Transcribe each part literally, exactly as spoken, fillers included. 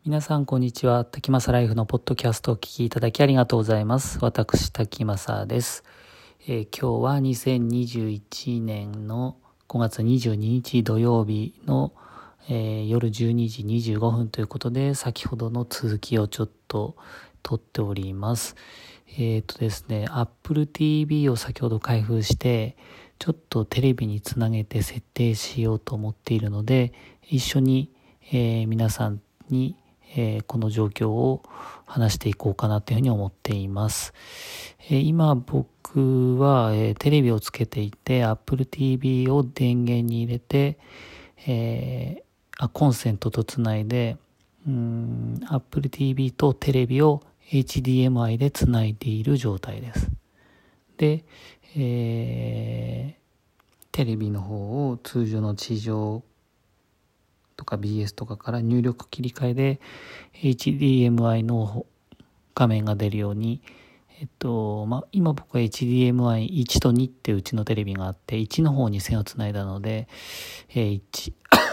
皆さんこんにちは。滝正ライフのポッドキャストをお聞きいただきありがとうございます。私滝正です、えー、今日はにせんにじゅういちねんのごがつにじゅうににち土曜日の、えー、夜じゅうにじにじゅうごふんということで、先ほどの続きをちょっと撮っております。えっとですね Apple ティーブイ を先ほど開封してちょっとテレビにつなげて設定しようと思っているので、一緒に、えー、皆さんにえー、この状況を話していこうかなというふうに思っています。えー、今僕は、えー、テレビをつけていて Apple ティーブイ を電源に入れて、えー、あコンセントとつないでうーん Apple ティーブイ とテレビを エイチディーエムアイ でつないでいる状態です。で、えー、テレビの方を通常の地上とか ビーエス とかから入力切り替えで エイチディーエムアイ の画面が出るように、えっと、まあ、今僕は エイチディーエムアイワン とにってうちのテレビがあって、いちの方に線をつないだので、えー、いち、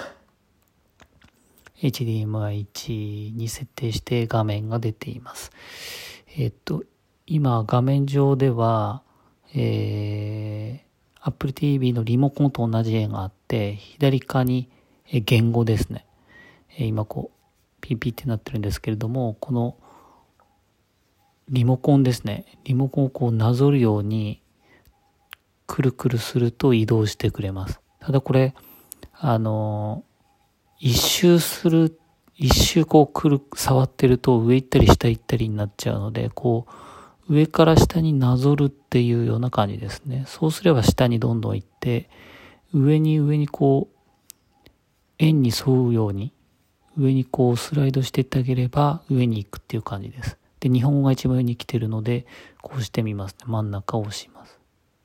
エイチディーエムアイワン に設定して画面が出ています。えっと、今画面上では、えー、Apple ティーブイ のリモコンと同じ絵があって、左側に言語ですね。今こうピーピーってなってるんですけれども、このリモコンですね。リモコンをこうなぞるようにくるくるすると移動してくれます。ただこれあの一周する一周こうくる触ってると上行ったり下行ったりになっちゃうので、こう上から下になぞるっていうような感じですね。そうすれば下にどんどん行って上に上にこう円に沿うように上にこうスライドしていってあげれば上に行くっていう感じです。で、日本語が一番上に来てるのでこうしてみますね。真ん中を押します。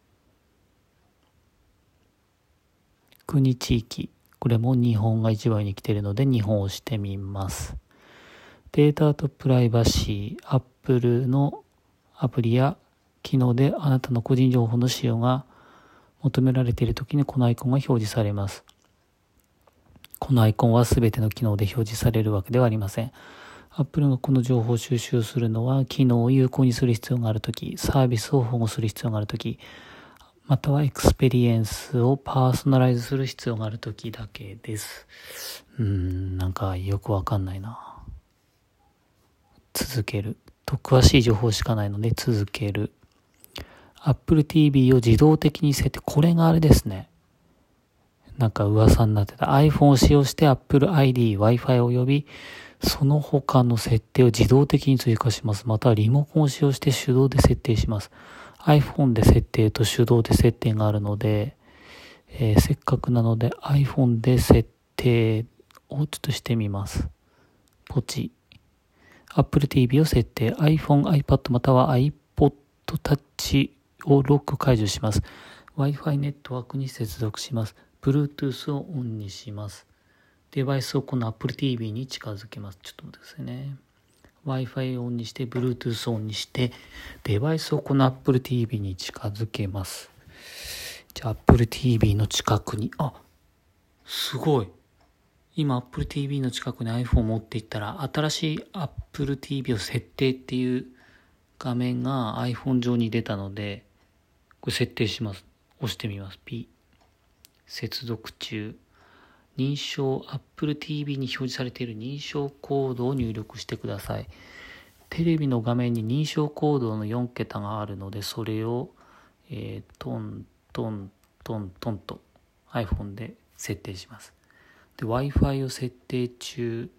国地域、これも日本が一番上に来てるので日本を押してみます。データとプライバシー、Apple のアプリや機能であなたの個人情報の使用が求められているときにこのアイコンが表示されます。このアイコンはすべての機能で表示されるわけではありません。Apple がこの情報を収集するのは機能を有効にする必要があるとき、サービスを保護する必要があるとき、またはエクスペリエンスをパーソナライズする必要があるときだけです。うーん、なんかよくわかんないな。続ける。と詳しい情報しかないので続ける。Apple ティーブイ を自動的に設定。これがあれですね。なんか噂になってた iPhone を使用して Apple アイディー、Wi-Fi を呼び、その他の設定を自動的に追加します。またはリモコンを使用して手動で設定します。iPhone で設定と手動で設定があるので、えー、せっかくなので iPhone で設定をちょっとしてみます。ポチ。Apple ティーブイ を設定。iPhone、iPad または iPod Touch をロック解除します。Wi-Fi ネットワークに接続します。Bluetooth をオンにします。デバイスをこの Apple ティーブイ に近づけます。ちょっと待ってくださいね。Wi-Fi をオンにして、Bluetooth をオンにして、デバイスをこの Apple ティーブイ に近づけます。じゃあ Apple ティーブイ の近くに、あ、すごい。今 Apple ティーブイ の近くに iPhone を持っていったら、新しい Apple ティーブイ を設定っていう画面が iPhone 上に出たので、これ設定します。押してみます。P。接続中。認証 Apple ティーブイ に表示されている認証コードを入力してください。テレビの画面に認証コードのよんけたがあるので、それを、えー、トントントントンと iPhone で設定します。で、Wi-Fi を設定中。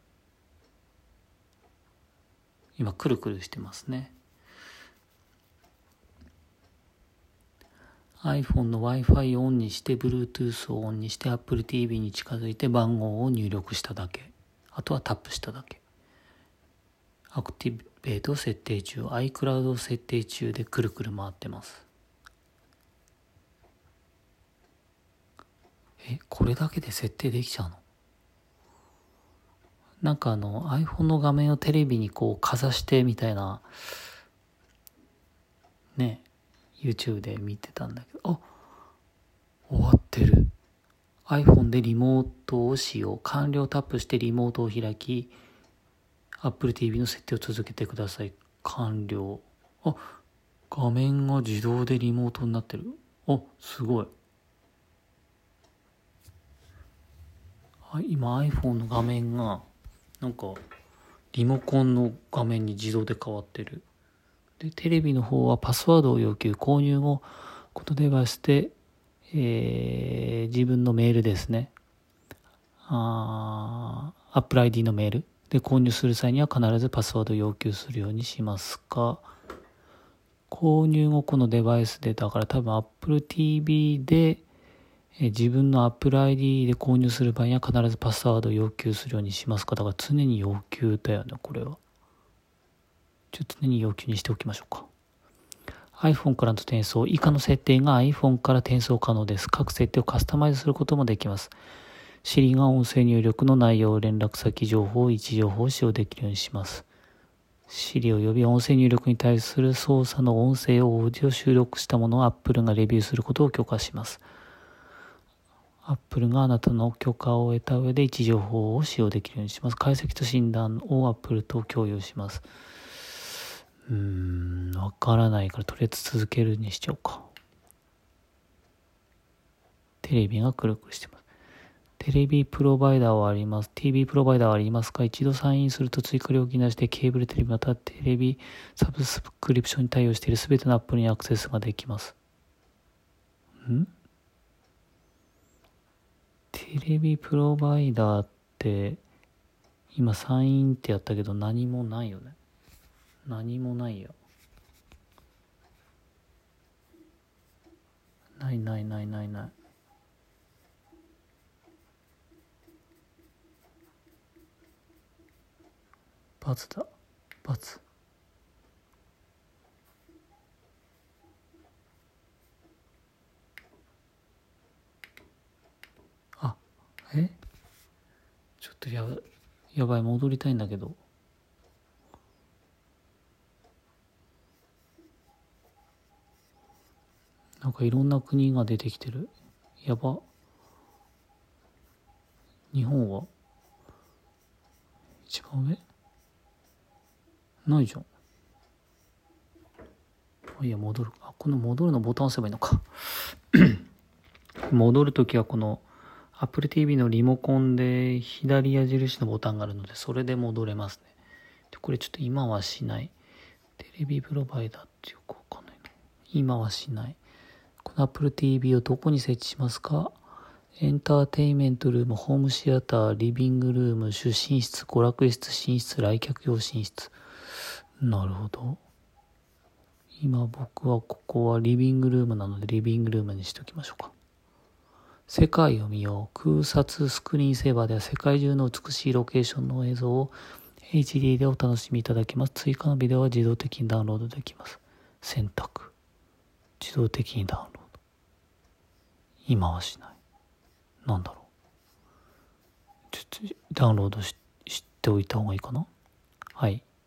今くるくるしてますね。iPhone の Wi-Fi をオンにして Bluetooth をオンにして Apple ティーブイ に近づいて番号を入力しただけ。あとはタップしただけ。アクティベートを設定中。iCloud を設定中でくるくる回ってます。え、これだけで設定できちゃうの？なんかあの iPhone の画面をテレビにこうかざしてみたいなね。YouTube で見てたんだけど、あ、終わってる。iPhone でリモートを使用。完了タップしてリモートを開き、 Apple ティーブイ の設定を続けてください。完了。あ、画面が自動でリモートになってる。あ、すごい。はい、今 iPhone の画面がなんかリモコンの画面に自動で変わってる。で、テレビの方はパスワードを要求、購入後、このデバイスで、えー、自分のメールですね。あー、Apple アイディー のメールで購入する際には必ずパスワードを要求するようにしますか。購入後このデバイスで、だから多分 Apple ティーブイ で、え自分の Apple アイディー で購入する場合には必ずパスワードを要求するようにしますか。だから常に要求だよね、これは。ちょっと常に要求にしておきましょうか。iPhone からの転送。以下の設定が iPhone から転送可能です。各設定をカスタマイズすることもできます。Siri が音声入力の内容、連絡先情報、位置情報を使用できるようにします。Siri および音声入力に対する操作の音声をオーディオ収録したものを Apple がレビューすることを許可します。Apple があなたの許可を得た上で位置情報を使用できるようにします。解析と診断を Apple と共有します。うーん、わからないからとりあえず続けるにしちゃおうか。テレビがくるくるしてます。テレビプロバイダーはあります。ティーブイ プロバイダーはありますか？一度サインインすると追加料金なしでケーブルテレビまたテレビサブスクリプションに対応しているすべてのアプリにアクセスができます。ん？テレビプロバイダーって今サインインってやったけど何もないよね。何もないよ。ないないないないない。×だ。×。あ、え？ちょっとやばい、やばい、戻りたいんだけど。なんかいろんな国が出てきてる。やば。日本は一番上？ないじゃん。あ、いや、戻る。あ、この戻るのボタン押せばいいのか。戻るときはこの Apple ティーブイ のリモコンで左矢印のボタンがあるので、それで戻れますね。でこれちょっと今はしない。テレビプロバイダーってよくわかんないな。今はしない。この Apple ティーブイ をどこに設置しますか？エンターテイメントルーム、ホームシアター、リビングルーム、出身室、娯楽室、寝室、来客用寝室。なるほど。今僕はここはリビングルームなのでリビングルームにしておきましょうか。世界を見よう。空撮スクリーンセーバーでは世界中の美しいロケーションの映像を エイチディー でお楽しみいただけます。追加のビデオは自動的にダウンロードできます。選択。自動的にダウンロード。今はしない。なんだろう。ちょっとダウンロード し, しておいた方がいいかな。はい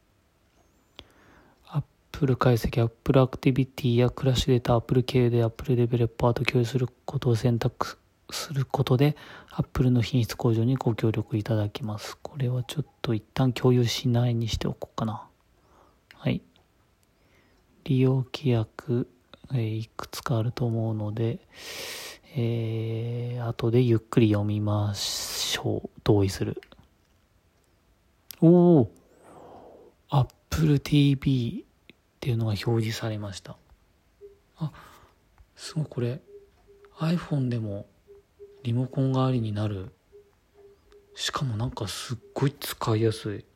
。Apple 解析、Apple アクティビティやクラッシュデータ、Apple 経由で Apple デベロッパーと共有することを選択することで Apple の品質向上にご協力いただきます。これはちょっと一旦共有しないにしておこうかな。はい。利用規約、えー、いくつかあると思うので、えー、後でゆっくり読みましょう。同意する。おー Apple ティーブイ っていうのが表示されました。あ、すごいこれ iPhone でもリモコン代わりになる。しかもなんかすっごい使いやすい。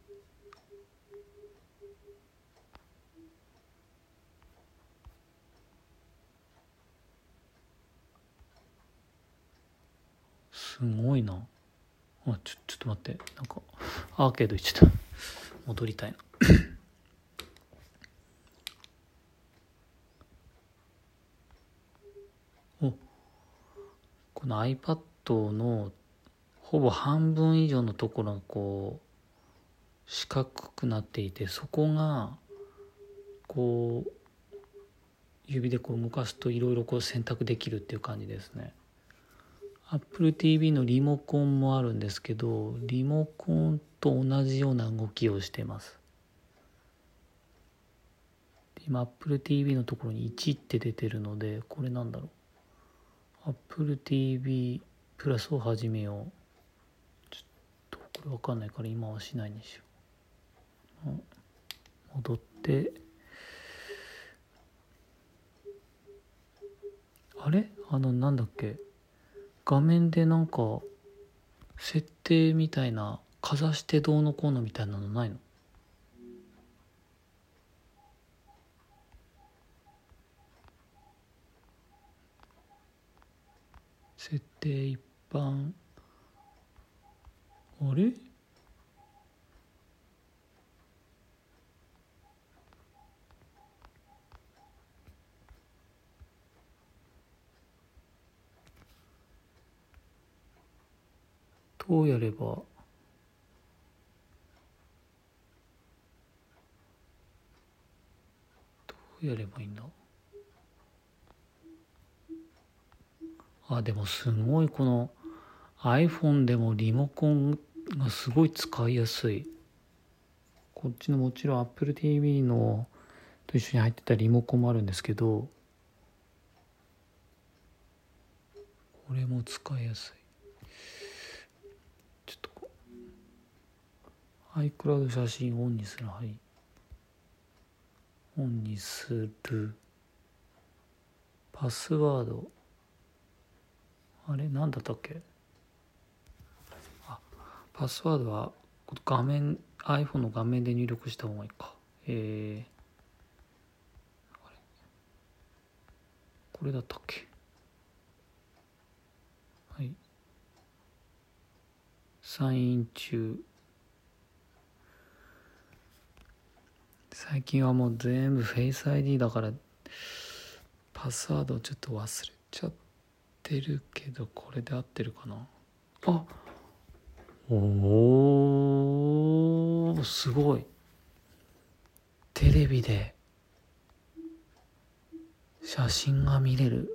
すごいな。あ、ちょ、ちょっと待って。なんかアーケード行っちゃった。戻りたいな。お、この iPad のほぼ半分以上のところがこう四角くなっていて、そこがこう指でこう動かすといろいろこう選択できるっていう感じですね。 Apple ティーブイ のリモコンもあるんですけど、リモコンと同じような動きをしてます。今 Apple ティーブイ のところにいちって出てるので、これなんだろう。Apple ティーブイ プラスを始めよう。ちょっとこれわかんないから今はしないにしよう。戻って、あれあのなんだっけ、画面でなんか設定みたいな、かざしてどうのこうのみたいなのないの？設定一般、あれどうやれば、どうやればいいんだ。あ、でもすごいこの iPhone でもリモコンがすごい使いやすい。こっちのもちろん Apple ティーブイ のと一緒に入ってたリモコンもあるんですけど、これも使いやすい。ちょっとこう iCloud 写真オンにする。はい、オンにする。パスワード、あれ何だったっけ。あ、パスワードは画面 iPhone の画面で入力した方がいいか。えー、あれこれだったっけ。はい、サイン中。最近はもう全部 Face アイディー だからパスワードをちょっと忘れちゃってるけど、これで合ってるかな。あ、おー、すごい。テレビで写真が見れる。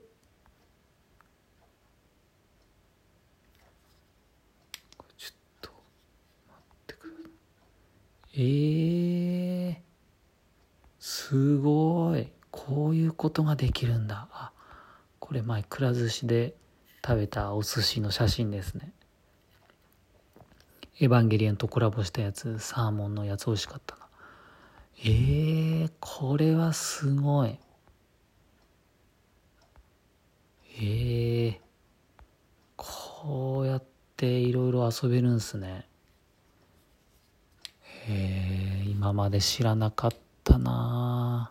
ちょっと待ってください。えー、すごい。こういうことができるんだ。あ、これ前くら寿司で食べたお寿司の写真ですね。エヴァンゲリオンとコラボしたやつ、サーモンのやつ美味しかったな。えー、これはすごい。えー、こうやっていろいろ遊べるんすね。えー、今まで知らなかったな。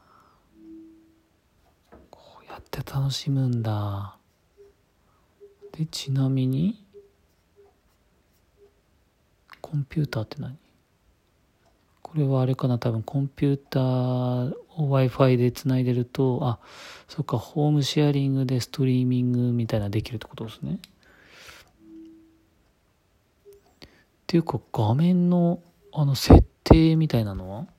こうやって楽しむんだ。で、ちなみにコンピューターって何？これはあれかな、多分コンピューターを Wi-Fi でつないでると、あ、そっか、ホームシェアリングでストリーミングみたいなできるってことですね。っていうか、画面のあの設定みたいなのは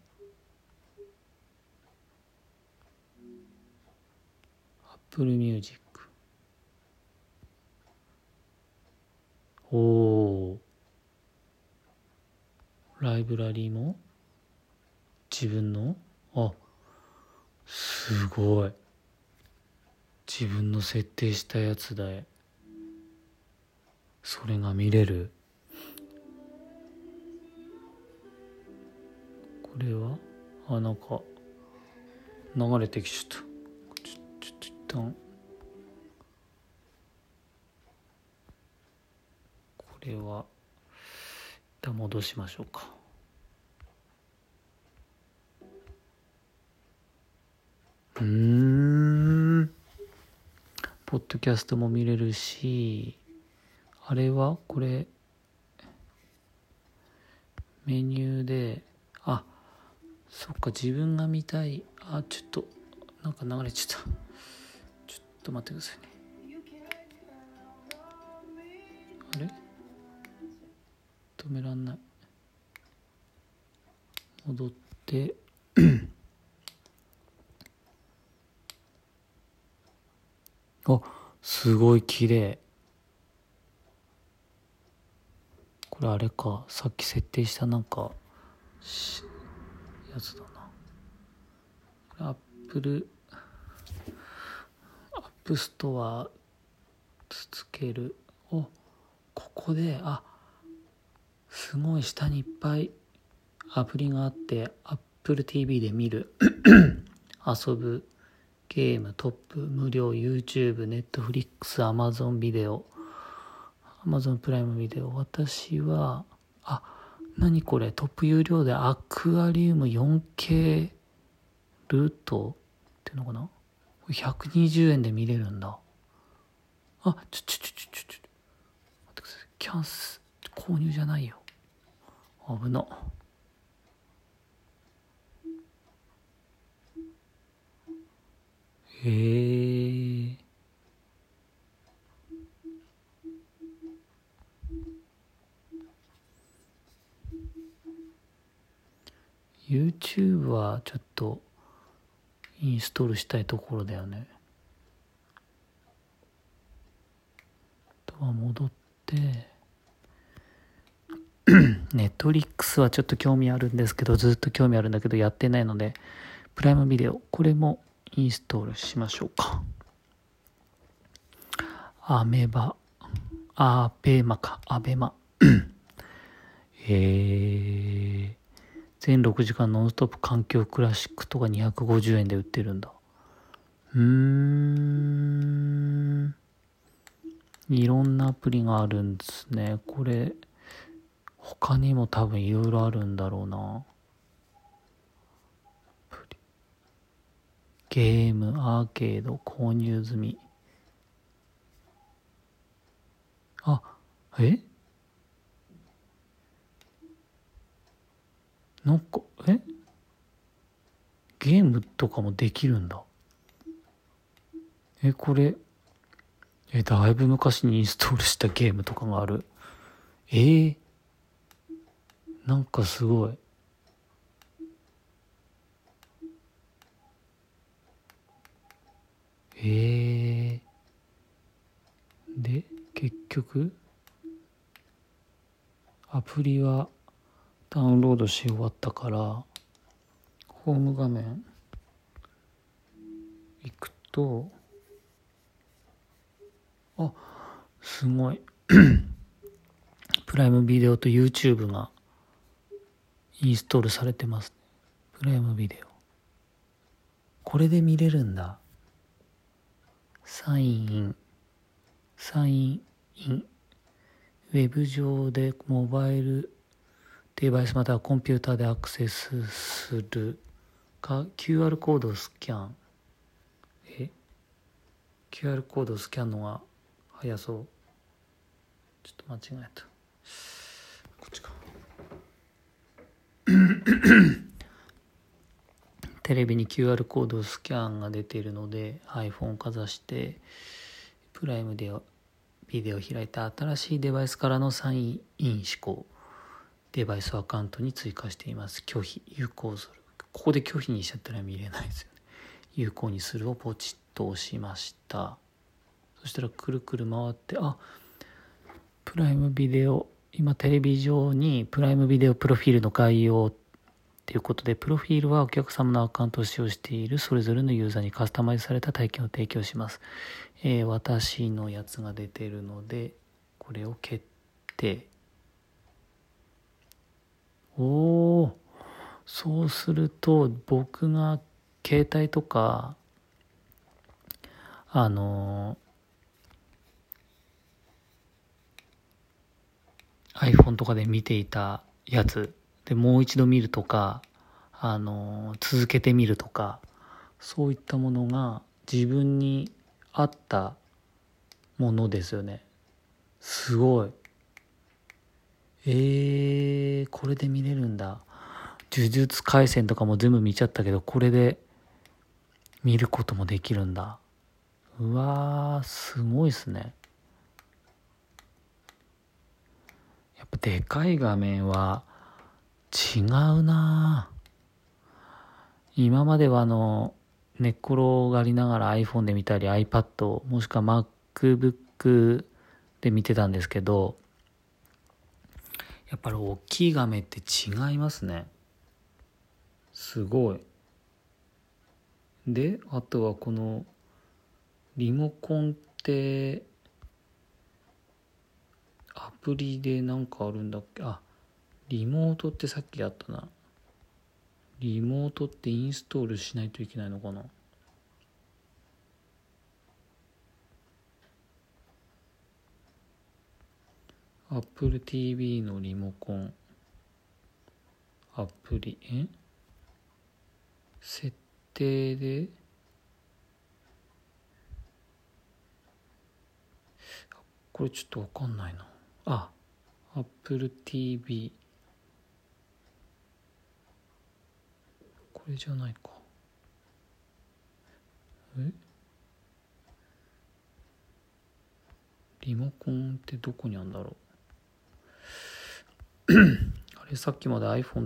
Apple Music。おー。ライブラリーも自分の、あ、すごい。自分の設定したやつでそれが見れる。これはあ、なんか流れてきちゃった。ちょちょっと一旦これは一旦戻しましょうか。うーん、ポッドキャストも見れるし、あれはこれメニューで、あ、そっか、自分が見たい、あ、ちょっとなんか流れちゃった。ちょっと待ってくださいね。あれ止めらんない。戻ってあ、すごい綺麗。 これあれか、さっき設定したなんかやつだな。これアップルアップストアつける。お、ここで、あ、すごい下にいっぱいアプリがあって、 Apple ティーブイ で見る遊ぶゲーム、トップ、無料、 YouTube、 Netflix、 Amazon ビデオ、 Amazon プライムビデオ。私は、あ、何これ、トップ有料でアクアリウム よんケー ルートっていうのかな、ひゃくにじゅうえんで見れるんだ。あ、ちょちょちょちょちょちょ待ってください。キャンス購入じゃないよ。危な。へえ。YouTube はちょっとインストールしたいところだよね。あとは戻ってNetflix はちょっと興味あるんですけど、ずっと興味あるんだけどやってないので、プライムビデオ、これもインストールしましょうか。アメバ、アベマか、アベマへえ。全ろくじかんノンストップ環境クラシックとかにひゃくごじゅうえんで売ってるんだ。うーん、いろんなアプリがあるんですね。これ他にも多分いろいろあるんだろうな。ゲーム、アーケード、購入済み。あ、えなんか、えゲームとかもできるんだ。え、これ、え、だいぶ昔にインストールしたゲームとかがある。えー、なんかすごい。えー、で、結局、アプリはダウンロードし終わったから、ホーム画面行くと、あ、すごい。プライムビデオと YouTube がインストールされてますね。プライムビデオ。これで見れるんだ。サインイン。サインイン。ウェブ上でモバイルデバイスまたはコンピューターでアクセスするか、 キューアール コードをスキャン。え キューアール コードをスキャンのが早そう。ちょっと間違えた。こっちか。テレビに キューアール コードスキャンが出ているので iPhone をかざしてプライムでビデオを開いた新しいデバイスからのサインイン施行。デバイスをアカウントに追加しています。拒否、有効する。ここで拒否にしちゃったら見れないですよね。有効にするをポチッと押しました。そしたらくるくる回って、あ、プライムビデオ、今テレビ上にプライムビデオプロフィールの概要ということで、プロフィールはお客様のアカウントを使用しているそれぞれのユーザーにカスタマイズされた体験を提供します。えー、私のやつが出てるので、これを決定。おー、そうすると僕が携帯とかあのー、iPhone とかで見ていたやつでもう一度見るとか、あのー、続けてみるとか、そういったものが自分に合ったものですよね。すごい。えー、これで見れるんだ。呪術廻戦とかも全部見ちゃったけど、これで見ることもできるんだ。うわー、すごいっすね。やっぱでかい画面は違うな。今まではあの寝っ転がりながら iPhone で見たり iPad もしくは MacBook で見てたんですけど、 やっぱり大きい画面って違いますね。すごい。で、あとはこのリモコンってアプリでなんかあるんだっけ。あ、リモートってさっきあったな。リモートってインストールしないといけないのかな。Apple ティーブイ のリモコンアプリえ設定でこれちょっとわかんないな。あ、Apple ティーブイ これじゃないか。えリモコンってどこにあるんだろう。あれさっきまで iPhone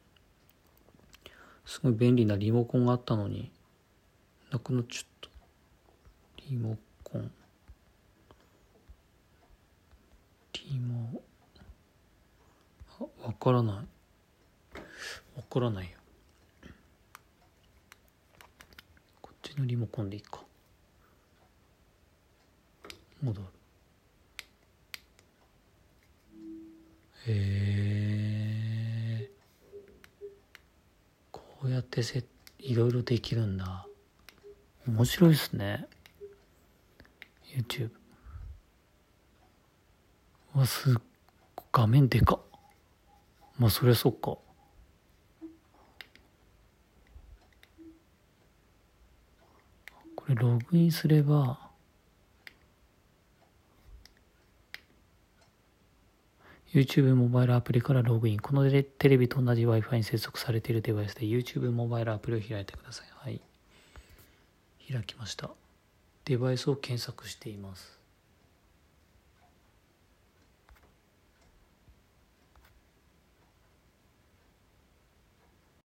ですごい便利なリモコンがあったのになくなっちゃった。リモコンリモあわからないわからないよ。こっちのリモコンでいいか。戻る。へえ、こうやってせいろいろできるんだ。面白いですね。 YouTube わすっ画面でかっ。まあそりゃそっか。これログインすればYouTube モバイルアプリからログイン。このテレビと同じ Wi-Fi に接続されているデバイスで YouTube モバイルアプリを開いてください。はい。開きました。デバイスを検索しています。